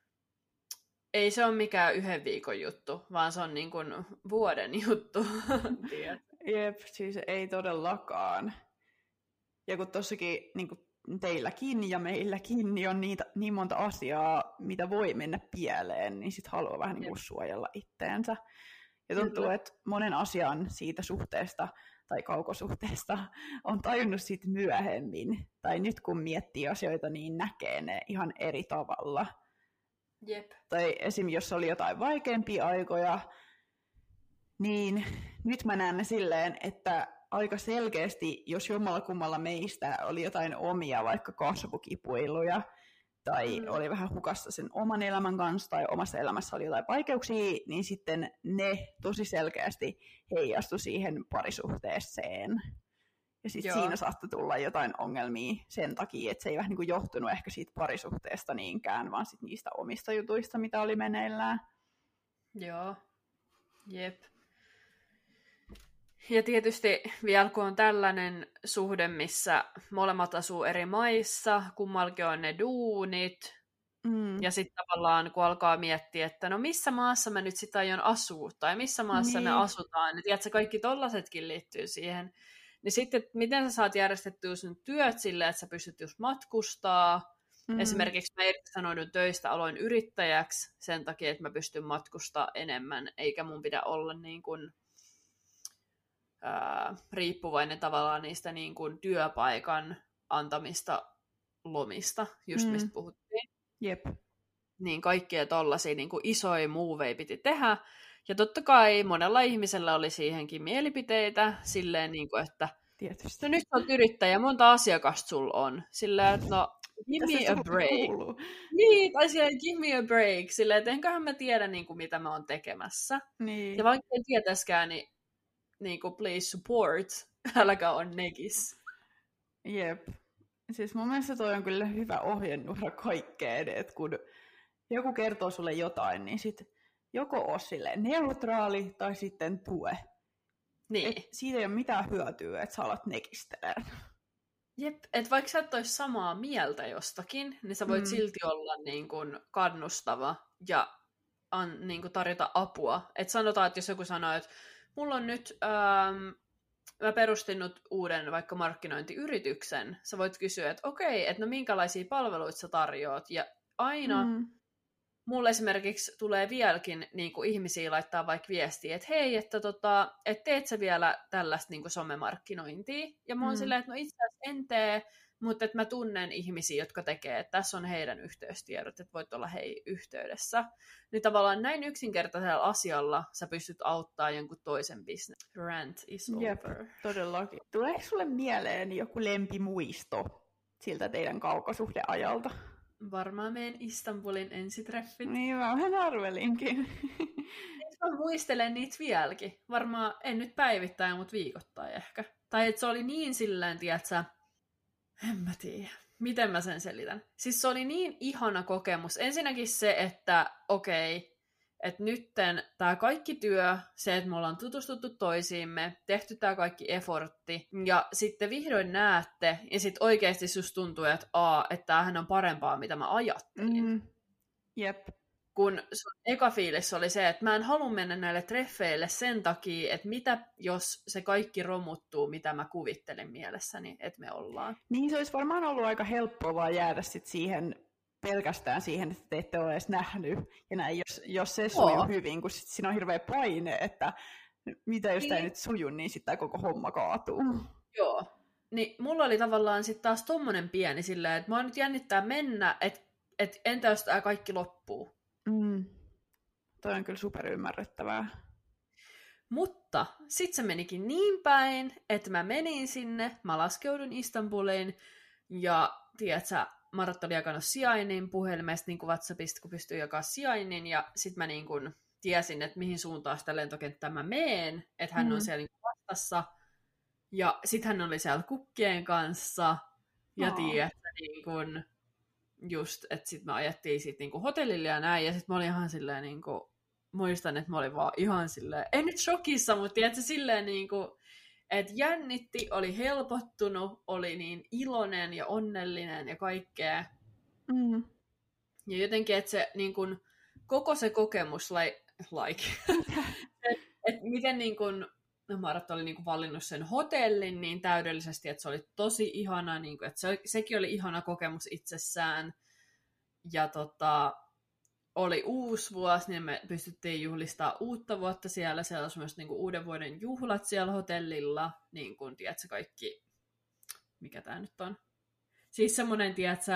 ei se ole mikään 1 viikon juttu, vaan se on niin kuin vuoden juttu. Jep, siis ei todellakaan. Ja kun tossakin niin kuin teilläkin ja meilläkin niin on niin monta asiaa, mitä voi mennä pieleen, niin sit haluaa vähän niin kuin suojella itteensä. Ja tuntuu, että monen asian siitä suhteesta tai kaukosuhteesta on tajunnut sit myöhemmin. Tai nyt kun miettii asioita, niin näkee ne ihan eri tavalla. Jep. Tai esim. Jos oli jotain vaikeampia aikoja, niin nyt mä näen ne silleen, että aika selkeästi, jos jommallakummalla meistä oli jotain omia vaikka kasvukipuiluja, tai oli vähän hukassa sen oman elämän kanssa, tai omassa elämässä oli jotain vaikeuksia, niin sitten ne tosi selkeästi heijastui siihen parisuhteeseen. Ja sitten siinä saattoi tulla jotain ongelmia sen takia, että se ei vähän niin kuin johtunut ehkä siitä parisuhteesta niinkään, vaan sitten niistä omista jutuista, mitä oli meneillään. Joo, jep. Ja tietysti vielä kun on tällainen suhde, missä molemmat asuu eri maissa, kummallakin on ne duunit, ja sitten tavallaan kun alkaa miettiä, että no missä maassa mä nyt sitten aion asua, tai missä maassa me asutaan, niin tiedätkö, kaikki tollasetkin liittyy siihen, niin sitten miten sä saat järjestettyä sun työt silleen, että sä pystyt just matkustaa. Esimerkiksi mä irtisanoudun töistä, aloin yrittäjäksi sen takia, että mä pystyn matkustaa enemmän, eikä mun pidä olla niin kuin riippuvainen tavallaan niistä niin kuin työpaikan antamista lomista, just mistä puhuttiin. Jep. Niin kaikkia tollaisia niin kuin isoja moveja piti tehdä. Ja totta kai monella ihmisellä oli siihenkin mielipiteitä, silleen niin kuin, että tietysti. No nyt olet yrittäjä, monta asiakasta sulla on? Silleen, että no, give me a break. Niin, tai silleen, give me a break. Silleen, että enköhän mä tiedä, niin kuin, mitä mä oon tekemässä. Niin. Ja vaikka en tietäskään, niin kuin, please support, äläkä on negis. Jep. Siis mun mielestä toi on kyllä hyvä ohjenuora kaikkeen, että kun joku kertoo sulle jotain, niin sit joko oo silleen neutraali tai sitten tue. Niin. Siitä ei ole mitään hyötyä, että sä alat nekistelemään. Jep, että vaikka sä et olisi samaa mieltä jostakin, niin sä voit silti olla niin kuin kannustava ja niin kuin tarjota apua. Että sanotaan, että jos joku sanoo, että mulla on nyt, mä perustin nyt uuden vaikka markkinointiyrityksen, sä voit kysyä, että okei, että no minkälaisia palveluita sä tarjoat, ja aina mulle esimerkiksi tulee vieläkin niin kuin ihmisiä laittaa vaikka viestiä, että hei, että et teet sä vielä tällaista niin kuin somemarkkinointia? Ja mä oon silleen, että no itse asiassa en tee, mutta että mä tunnen ihmisiä, jotka tekee, että tässä on heidän yhteystiedot, että voit olla hei yhteydessä. Niin tavallaan näin yksinkertaisella asialla sä pystyt auttaa jonkun toisen business. Rant is over. Jep, todellakin. Tuleeko sulle mieleen joku lempimuisto siltä teidän kaukosuhdeajalta? Varmaan meidän Istanbulin ensitreffit. Niin, mä vähän arvelinkin. Mä muistelen niitä vieläkin. Varmaan en nyt päivittäin, mutta viikoittain ehkä. Tai että se oli niin silleen, tiiätsä, en mä tiedä. Miten mä sen selitän? Siis se oli niin ihana kokemus. Ensinnäkin se, että okei, että nytten tää kaikki työ, se, että me ollaan tutustuttu toisiimme, tehty tää kaikki effortti, ja sitten vihdoin näette, ja sitten oikeasti susta tuntuu, että että tämähän on parempaa, mitä mä ajattelin. Jep. Kun sun eka fiilis oli se, että mä en halua mennä näille treffeille sen takia, että mitä jos se kaikki romuttuu, mitä mä kuvittelin mielessäni, että me ollaan. Niin se olisi varmaan ollut aika helppoa vaan jäädä sit pelkästään siihen, että te ette ole edes nähnyt. Ja näin, jos se sujuu hyvin, kun sit siinä on hirveä paine, että mitä jos tämä ei nyt suju, niin sitten tämä koko homma kaatuu. Joo. Niin mulla oli tavallaan sitten taas tommonen pieni silleen, että mä nyt jännittää mennä, että entä jos tämä kaikki loppuu. Toi on kyllä superymmärrettävää. Mutta sitten se menikin niin päin, että mä menin sinne, mä laskeudun Istanbuliin, ja tiedätkö, Marat oli jakanut sijainnin puhelimesta niin kuin WhatsAppista, kun pystyy jakaa sijainnin, ja sitten mä niin kuin tiesin, että mihin suuntaan sitä lentokenttää mä meen, että hän on siellä niin kuin vastassa, ja sitten hän oli siellä kukkien kanssa, ja tiedätkö, niin kuin just, että sitten me ajettiin siitä niinku hotellille ja näin, ja sitten mä olin ihan silleen niinku, muistan, että mä olin vaan ihan silleen, en nyt shokissa, mutta tiedätkö, silleen niinku, että jännitti, oli helpottunut, oli niin iloinen ja onnellinen ja kaikkea. Ja jotenkin, että se niinku, koko se kokemus, että miten niinku, Marat oli niinku valinnut sen hotellin niin täydellisesti, että se oli tosi ihana, niinku, että sekin oli ihana kokemus itsessään. Ja oli uusi vuosi, niin me pystyttiin juhlistamaan uutta vuotta siellä. Siellä oli myös niinku uuden vuoden juhlat siellä hotellilla. Niin kuin, tiedätkö, kaikki, mikä tää nyt on? Siis semmonen, tiedätkö,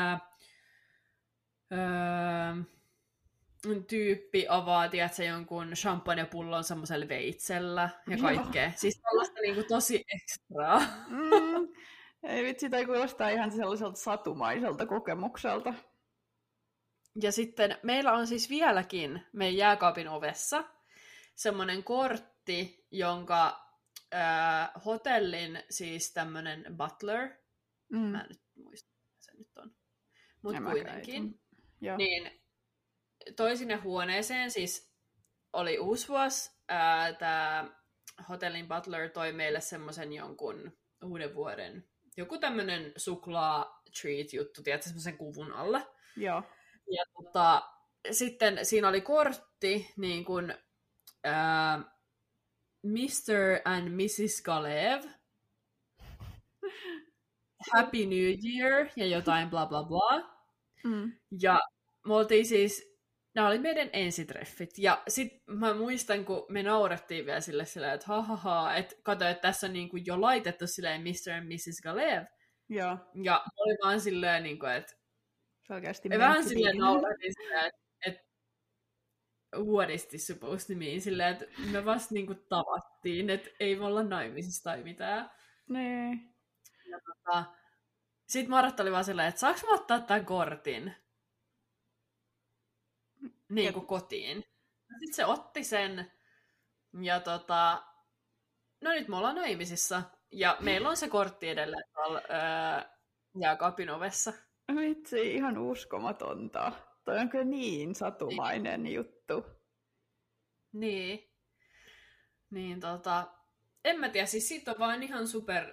tyyppi avaa, tiedätkö, jonkun champagnepullon semmoisella veitsellä ja kaikkea. Joo. Siis tällaista niinku tosi ekstraa. Ei vitsi, tai kuulostaa ihan sellaiselta satumaiselta kokemukselta. Ja sitten meillä on siis vieläkin meidän jääkaapin ovessa semmoinen kortti, jonka hotellin siis tämmöinen butler, mä en nyt muista, mitä se nyt on, mutta kuitenkin, niin toi sinne huoneeseen, siis oli uusi vuosi, tämä hotellin butler toi meille semmoisen jonkun uuden vuoden, joku tämmöinen suklaa-treat-juttu, tiedätkö, semmoisen kuvun alle. Joo. Ja sitten siinä oli kortti, niin kuin Mr. and Mrs. Galev, Happy New Year ja jotain bla bla bla. Ja me oltiin siis, nämä oli meidän ensitreffit. Ja sit mä muistan, kun me naurettiin vielä silleen, että että kato, että tässä on niin kuin jo laitettu silleen Mr. and Mrs. Galev. Joo. Ja oli vaan silleen, niin kuin, että vähän silleen naurettiin silleen, että what is this supposed to mean? Silleen, että me vasta niin kuin tavattiin, että ei me olla naimisissa tai mitään. Nee. Ja sitten Marat oli vaan silleen, että saanko mä ottaa tämän kortin? Niin kuin kotiin. Sitten se otti sen, ja no nyt me ollaan naimisissa, ja meillä on se kortti edelleen tuolla jääkaapin ovessa. Vitsi, ihan uskomatonta. Toi on kyllä niin satumainen juttu. Niin en mä tiedä, siis siitä on vaan ihan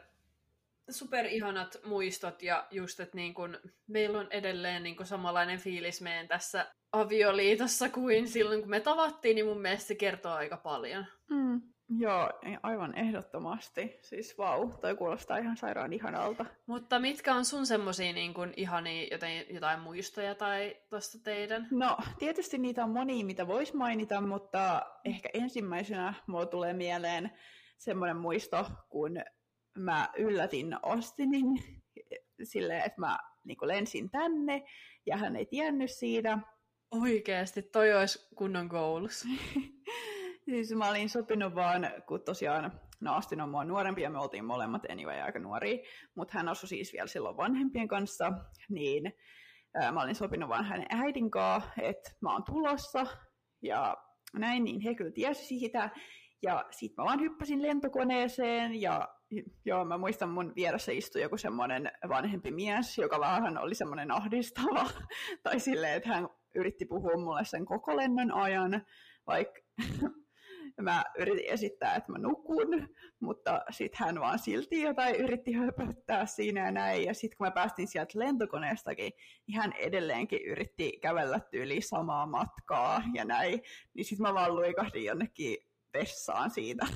super ihanat muistot ja just, että niin kun meillä on edelleen niin kun samanlainen fiilis meidän tässä avioliitossa kuin silloin, kun me tavattiin, niin mun mielestä se kertoo aika paljon. Joo, aivan ehdottomasti. Siis vau, toi kuulostaa ihan sairaan ihanalta. Mutta mitkä on sun semmosia niin kun ihania jotain muistoja tai tosta teidän? No, tietysti niitä on monia, mitä vois mainita, mutta ehkä ensimmäisenä mulla tulee mieleen semmoinen muisto, kun mä yllätin Austinin silleen, että mä niin lensin tänne ja hän ei tiennyt siitä. Oikeesti, toi olisi kunnon goals. Siis mä olin sopinut vaan, kun tosiaan, no Astin on mua nuorempi ja me oltiin molemmat anyway aika nuoria, mutta hän asui siis vielä silloin vanhempien kanssa, niin mä olin sopinut vaan hänen äidin kanssa, että mä oon tulossa ja näin, niin he kyllä tiesi siitä. Ja sit mä vaan hyppäsin lentokoneeseen ja joo, mä muistan mun vieressä istui joku semmoinen vanhempi mies, joka vähän oli semmoinen ahdistava. Tai silleen, että hän yritti puhua mulle sen koko lennon ajan, vaikka mä yritin esittää, että mä nukun, mutta sitten hän vaan silti jotain yritti höpöttää siinä ja näin. Ja sitten kun mä päästin sieltä lentokoneestakin, niin hän edelleenkin yritti kävellä tyyliin samaa matkaa ja näin. Niin sitten mä vaan luikahdin jonnekin vessaan siitä.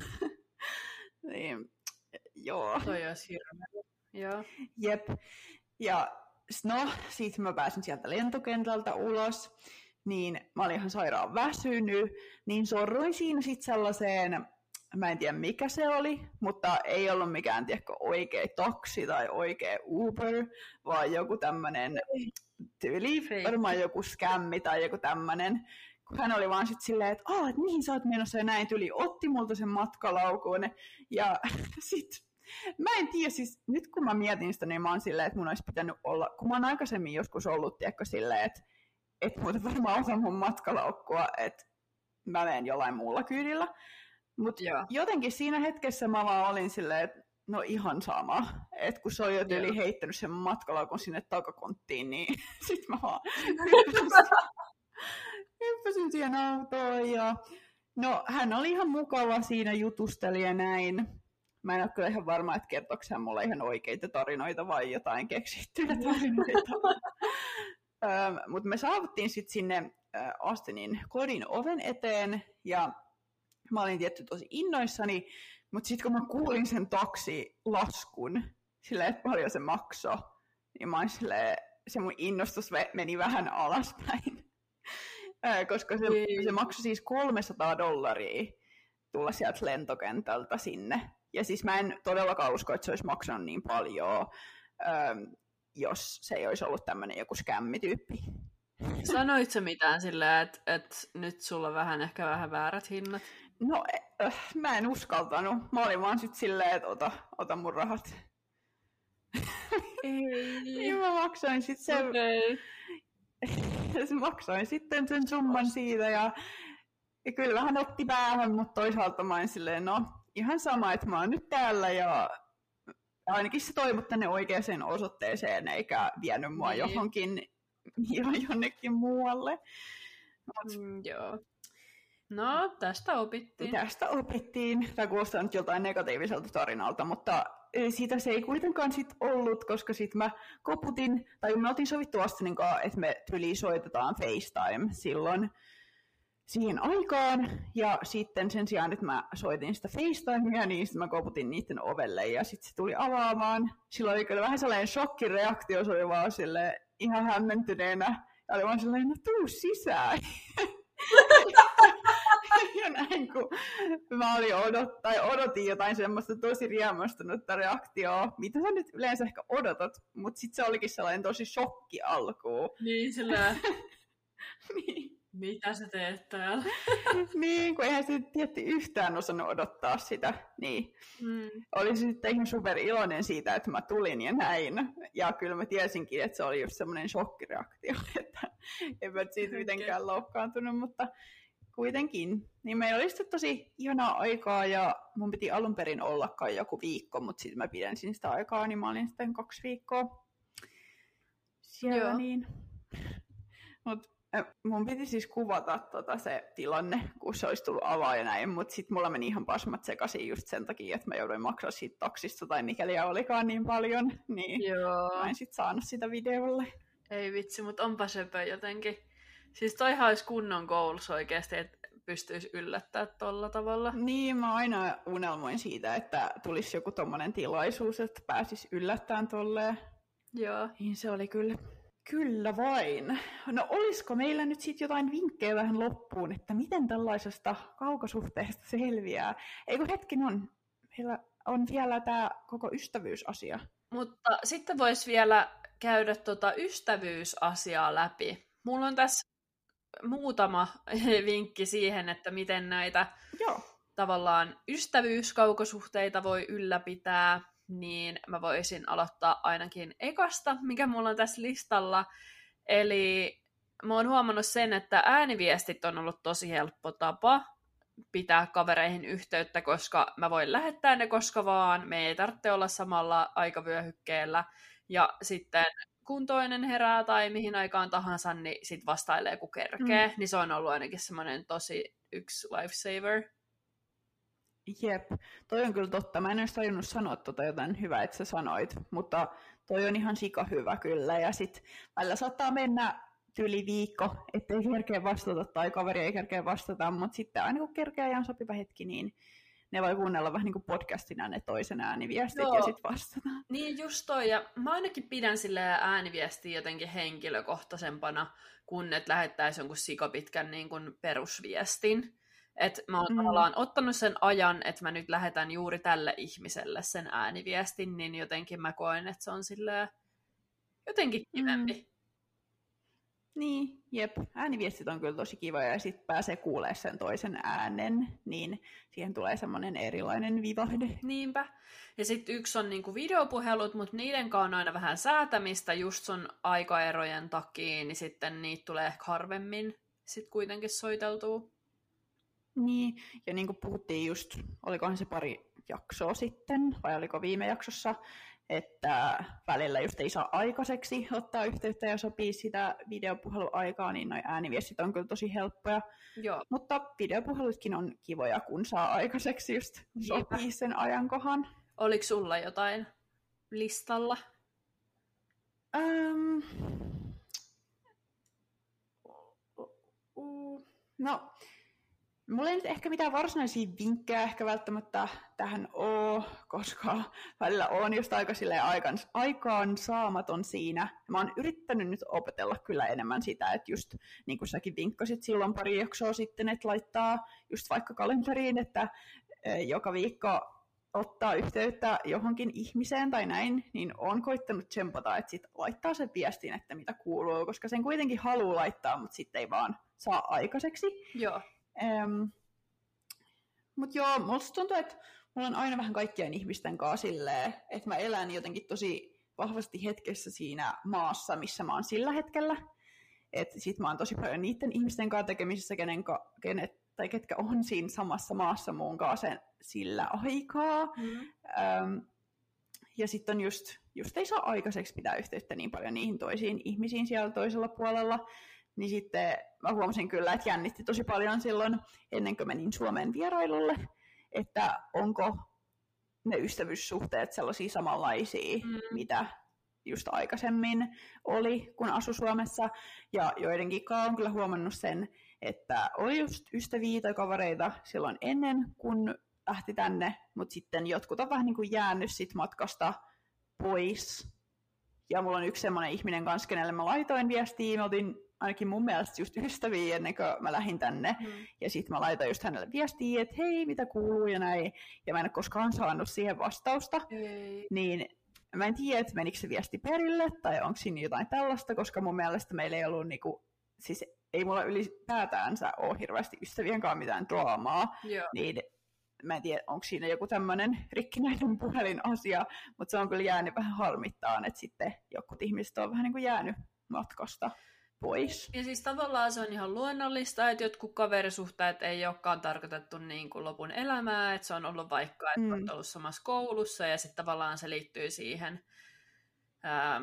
Niin, joo. Toi olisi hirveä. Joo. Jep. Ja no, sitten mä pääsin sieltä lentokentältä ulos. Niin mä olin ihan sairaan väsynyt, niin sorruin siinä sitten sellaiseen, mä en tiedä mikä se oli, mutta ei ollut mikään oikea taksi tai oikea Uber, vaan joku tämmönen tyyli, varmaan joku skämmi tai joku tämmönen. Hän oli vaan sitten silleen, että mihin sä oot menossa ja näin tyyli, otti multa sen matkalaukun ja sitten mä en tiedä, siis nyt kun mä mietin sitä, niin mä oon silleen, että mun olisi pitänyt olla, kun mä oon aikaisemmin joskus ollut, tiedätkö, silleen, että muuten varmaan osa mun matkalaukkua, että mä menen jollain muulla kyydillä. Mutta jotenkin siinä hetkessä mä vaan olin silleen, että no ihan sama. Että kun se oli jo tyyli heittänyt sen matkalaukun sinne takakonttiin, niin sit mä vaan hyppäsin siihen autoon. Ja no hän oli ihan mukava siinä, jutusteli ja näin. Mä en ole kyllä ihan varma, että kertoiko hän mulle ihan oikeita tarinoita vai jotain keksittyjä tarinoita. Mutta me saavuttiin sitten sinne Austinin kodin oven eteen ja mä olin tietty tosi innoissani, mutta sitten kun mä kuulin sen taksilaskun, silleen, että paljon se maksoi, niin mä olin silleen, se mun innostus meni vähän alaspäin, koska se maksoi siis $300 tulla sieltä lentokentältä sinne. Ja siis mä en todellakaan usko, että se olisi maksanut niin paljon, jos se ei olisi ollut tämmöinen joku skämmityyppi. Sanoit sä mitään silleen, että nyt sulla on ehkä vähän väärät hinnat? No, mä en uskaltanut. Mä olin vaan sit silleen, että ota mun rahat. Ei. Niin mä maksoin sit sen, maksoin sitten sen summan siitä ja kyllä vähän otti päähän, mutta toisaalta mä olin silleen, no ihan sama, että mä oon nyt täällä ja ainakin se toivot tänne oikeaan osoitteeseen, eikä vienyt mua jonnekin muualle. Joo. No, tästä opittiin. Tästä opittiin. Tämä kuulostaa nyt joltain negatiiviselta tarinalta, mutta siitä se ei kuitenkaan sit ollut, koska sitten mä koputin, tai me oltiin sovittu Astinin kanssa, että me tyliin soitetaan FaceTime silloin siihen aikaan, ja sitten sen sijaan, että mä soitin sitä FaceTimea, niin sitten mä koputin niiden ovelle, ja sitten se tuli avaamaan. Silloin oli kyllä vähän sellainen shokkireaktio, se oli vaan silleen ihan hämmentyneenä, ja oli vaan silleen, no tuu sisään. Ja näin, kun mä odotin jotain semmoista tosi riemastunutta reaktioa, mitä sä nyt yleensä ehkä odotat, mutta sitten se olikin sellainen tosi shokki alkuun. Niin, sillä niin. Mitä sä teet täällä? Niin, kun eihän se tietty yhtään osannut odottaa sitä. Niin. Olin sitten ihan super iloinen siitä, että mä tulin ja näin. Ja kyllä mä tiesinkin, että se oli just semmoinen shokkireaktio, että en mä siitä mitenkään loukkaantunut, mutta kuitenkin. Niin meillä oli sitten tosi ihanaa aikaa ja mun piti alun perin ollakaan joku viikko, mutta sitten mä pidensin sitä aikaa, niin mä olin sitten 2 viikkoa siellä. Niin. Mut Mun piti siis kuvata se tilanne, kun se olisi tullut avaa ja näin, mutta sitten mulla meni ihan pasmat sekaisin just sen takia, että mä jouduin maksaa siitä taksista tai mikäli olikaan niin paljon, niin Joo. mä en sitten saanut sitä videolle. Ei vitsi, mutta onpa söpö jotenkin. Siis toihan olisi kunnon goals oikeasti, että pystyisi yllättää tolla tavalla. Niin, mä aina unelmoin siitä, että tulisi joku tommonen tilaisuus, että pääsis yllättämään tolleen. Joo. Niin se oli kyllä. Kyllä vain. No olisiko meillä nyt sitten jotain vinkkejä vähän loppuun, että miten tällaisesta kaukosuhteesta selviää? Eikö hetken on? Meillä on vielä tämä koko ystävyysasia. Mutta sitten voisi vielä käydä ystävyysasiaa läpi. Mulla on tässä muutama vinkki siihen, että miten näitä tavallaan ystävyyskaukosuhteita voi ylläpitää, niin mä voisin aloittaa ainakin ekasta, mikä mulla on tässä listalla. Eli mä oon huomannut sen, että ääniviestit on ollut tosi helppo tapa pitää kavereihin yhteyttä, koska mä voin lähettää ne koska vaan, me ei tarvitse olla samalla aikavyöhykkeellä, ja sitten kun toinen herää tai mihin aikaan tahansa, niin sit vastailee kun kerkee, niin se on ollut ainakin semmoinen tosi yksi lifesaver. Jep, toi on kyllä totta. Mä en olisi tajunnut sanoa jotain hyvää, että sä sanoit, mutta toi on ihan sika hyvä kyllä, ja sit välillä saattaa mennä yli viikko, ettei kerkeä vastata tai kaveri ei kerkeä vastata, mutta sitten aina kun kerkeä ja on sopiva hetki, niin ne voi kuunnella vähän niin kuin podcastina ne toisen ääniviestit ja sitten vastata. Niin just toi, ja mä ainakin pidän silleen ääniviestiä jotenkin henkilökohtaisempana, kun et lähettäisi jonkun sikapitkän niin kuin perusviestin. Että mä oon tavallaan ottanut sen ajan, että mä nyt lähetän juuri tälle ihmiselle sen ääniviestin, niin jotenkin mä koen, että se on silleen jotenkin kivempi. Niin, jep. Ääniviestit on kyllä tosi kiva ja sitten pääsee kuulemaan sen toisen äänen, niin siihen tulee semmoinen erilainen vivahde. Niinpä. Ja sitten yksi on niinku videopuhelut, mutta niiden kanssa on aina vähän säätämistä just sun aikaerojen takia, niin sitten niitä tulee ehkä harvemmin sit kuitenkin soiteltua. Niin, ja niin kuin puhuttiin just, olikohan se pari jaksoa sitten, vai oliko viime jaksossa, että välillä just ei saa aikaiseksi ottaa yhteyttä ja sopii sitä videopuheluaikaa, niin noi ääniviestit on kyllä tosi helppoja. Joo. Mutta videopuhelutkin on kivoja, kun saa aikaiseksi just sopii sen ajankohan. Oliko sulla jotain listalla? No, mulla ei nyt ehkä mitään varsinaisia vinkkejä ehkä välttämättä tähän ole, koska välillä on just aika aikaan saamaton siinä. Mä oon yrittänyt nyt opetella kyllä enemmän sitä, että just niin kuin säkin vinkkasit silloin pari jaksoa sitten, että laittaa just vaikka kalenteriin, että joka viikko ottaa yhteyttä johonkin ihmiseen tai näin, niin on koittanut tsempata, että sit laittaa sen viestin, että mitä kuuluu, koska sen kuitenkin haluaa laittaa, mutta sitten ei vaan saa aikaiseksi. Joo. Mutta joo, musta tuntuu, että mulla on aina vähän kaikkien ihmisten kanssa silleen, että mä elän jotenkin tosi vahvasti hetkessä siinä maassa, missä mä oon sillä hetkellä. Että sit mä oon tosi paljon niiden ihmisten kanssa tekemisissä, ketkä on siinä samassa maassa muun kanssa sillä aikaa. Ja sitten on just ei saa aikaiseksi pitää yhteyttä niin paljon niihin toisiin ihmisiin siellä toisella puolella. Niin sitten mä huomasin kyllä, että jännitti tosi paljon silloin, ennen kuin menin Suomeen vierailulle, että onko ne ystävyyssuhteet sellaisia samanlaisia, mitä just aikaisemmin oli, kun asui Suomessa. Ja joidenkin kanssa on kyllä huomannut sen, että oli just ystäviä tai kavereita silloin ennen, kun lähti tänne, mutta sitten jotkut on vähän niin kuin jäänyt sit matkasta pois. Ja mulla on yksi semmoinen ihminen kanssa, kenelle mä laitoin viestiä, me oltiin ainakin mun mielestä just ystäviä ennen kuin mä lähdin tänne. Ja sitten mä laitoin just hänelle viestiä, että hei, mitä kuuluu ja näin. Ja mä en ole koskaan saanut siihen vastausta. Niin mä en tiedä, että menikö se viesti perille tai onko siinä jotain tällaista, koska mun mielestä meillä ei ollut niinku, siis ei mulla ylipäätäänsä ole hirveästi ystävien kanssa mitään draamaa. Niin mä en tiedä, onko siinä joku tämmöinen rikkinäinen puhelinasia, mutta se on kyllä jäänyt vähän harmittaan, että sitten jotkut ihmiset on vähän niin kuin jäänyt matkasta pois. Ja siis tavallaan se on ihan luonnollista, että jotkut kaverisuhteet ei olekaan tarkoitettu niin kuin lopun elämää, että se on ollut vaikka, että on ollut samassa koulussa ja sitten tavallaan se liittyy siihen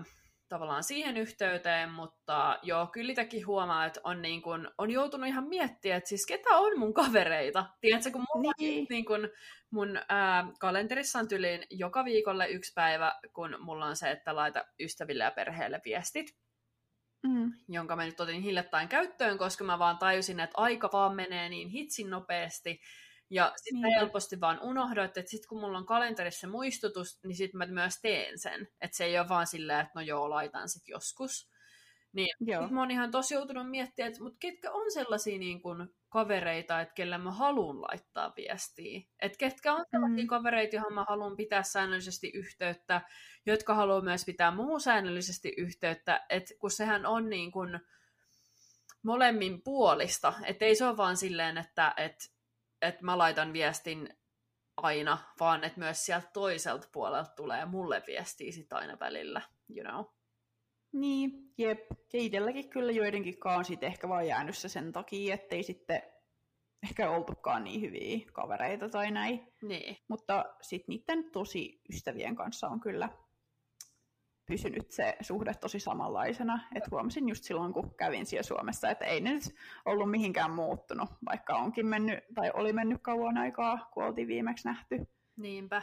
tavallaan siihen yhteyteen, mutta joo, kyllä itäkin huomaa, että on, niin kun, on joutunut ihan miettimään, että siis ketä on mun kavereita. Tiedätkö, kun mulla on niin kun, mun kalenterissa on tyliin joka viikolle yksi päivä, kun mulla on se, että laita ystäville ja perheelle viestit, jonka mä nyt otin hiljattain käyttöön, koska mä vaan tajusin, että aika vaan menee niin hitsin nopeasti, ja sitten helposti vaan unohdoit, että sitten kun mulla on kalenterissa muistutus, niin sitten mä myös teen sen. Että se ei ole vaan silleen, että no joo, laitan sitten joskus. Niin sit mä oon ihan tosi joutunut miettimään, että mut ketkä on sellaisia niin kun kavereita, että kelle mä haluan laittaa viestiä. Että ketkä on sellaisia kavereita, johon mä haluan pitää säännöllisesti yhteyttä, jotka haluaa myös pitää muu säännöllisesti yhteyttä. Että kun sehän on niin kun molemmin puolista. Että ei se ole vaan silleen, että mä laitan viestin aina, vaan että myös sieltä toiselta puolelta tulee mulle viestiä sit aina välillä, you know. Niin, jep. Ja itselläkin kyllä joidenkinkaan on sitten ehkä vaan jäänyt se sen takia, ettei sitten ehkä oltukaan niin hyviä kavereita tai näin. Niin. Mutta sitten niiden tosi ystävien kanssa on kyllä pysynyt se suhde tosi samanlaisena. Et huomasin just silloin, kun kävin siellä Suomessa, että ei ne nyt ollut mihinkään muuttunut, vaikka onkin mennyt, tai oli mennyt kauan aikaa, kun oltiin viimeksi nähty. Niinpä.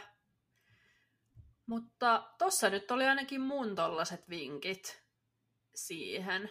Mutta tossa nyt oli ainakin mun tollaset vinkit siihen.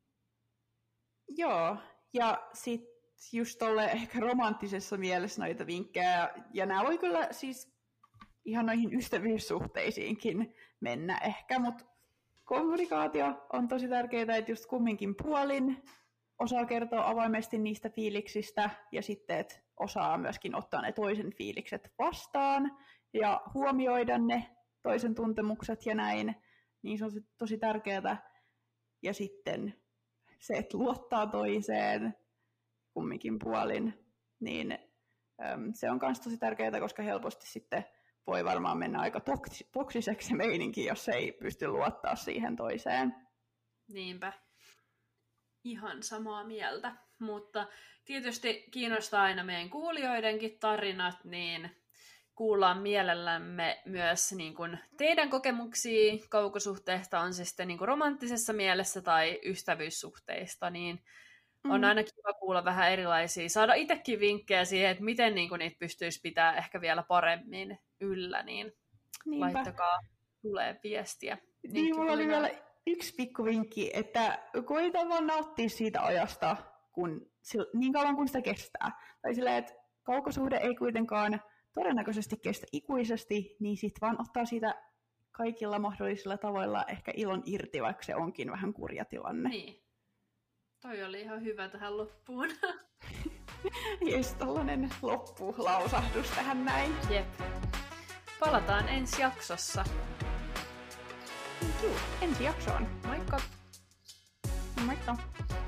Joo, ja sitten just tolle ehkä romanttisessa mielessä noita vinkkejä, ja nämä voi kyllä siis ihan noihin ystävyyssuhteisiinkin mennä ehkä, mutta kommunikaatio on tosi tärkeää, että just kumminkin puolin osaa kertoa avoimesti niistä fiiliksistä, ja sitten, että osaa myöskin ottaa ne toisen fiilikset vastaan, ja huomioida ne toisen tuntemukset ja näin, niin se on tosi tärkeää. Ja sitten se, että luottaa toiseen kumminkin puolin, niin se on myös tosi tärkeää, koska helposti sitten voi varmaan mennä aika toksiseksi se meininki, jos ei pysty luottaa siihen toiseen. Niinpä. Ihan samaa mieltä. Mutta tietysti kiinnostaa aina meidän kuulijoidenkin tarinat, niin kuullaan mielellämme myös niin kuin teidän kokemuksia kaukosuhteesta, on se sitten niin kuin romanttisessa mielessä tai ystävyyssuhteista, niin on aina kiva kuulla vähän erilaisia, saada itsekin vinkkejä siihen, että miten niin kuin niitä pystyisi pitää ehkä vielä paremmin yllä, niin Niinpä. Laittakaa tulee viestiä. Niin, mulla oli vielä yksi pikku vinkki, että koita vaan nauttia siitä ajasta, niin kauan kuin sitä kestää. Tai silleen, että kaukosuhde ei kuitenkaan todennäköisesti kestä ikuisesti, niin sit vaan ottaa siitä kaikilla mahdollisilla tavoilla ehkä ilon irti, vaikka se onkin vähän kurja tilanne. Niin. Toi oli ihan hyvä tähän loppuun. Just tollanen loppulausahdus tähän näin. Jep. Palataan ensi jaksossa. Juu, ensi jaksoon. Moikka! Moikka!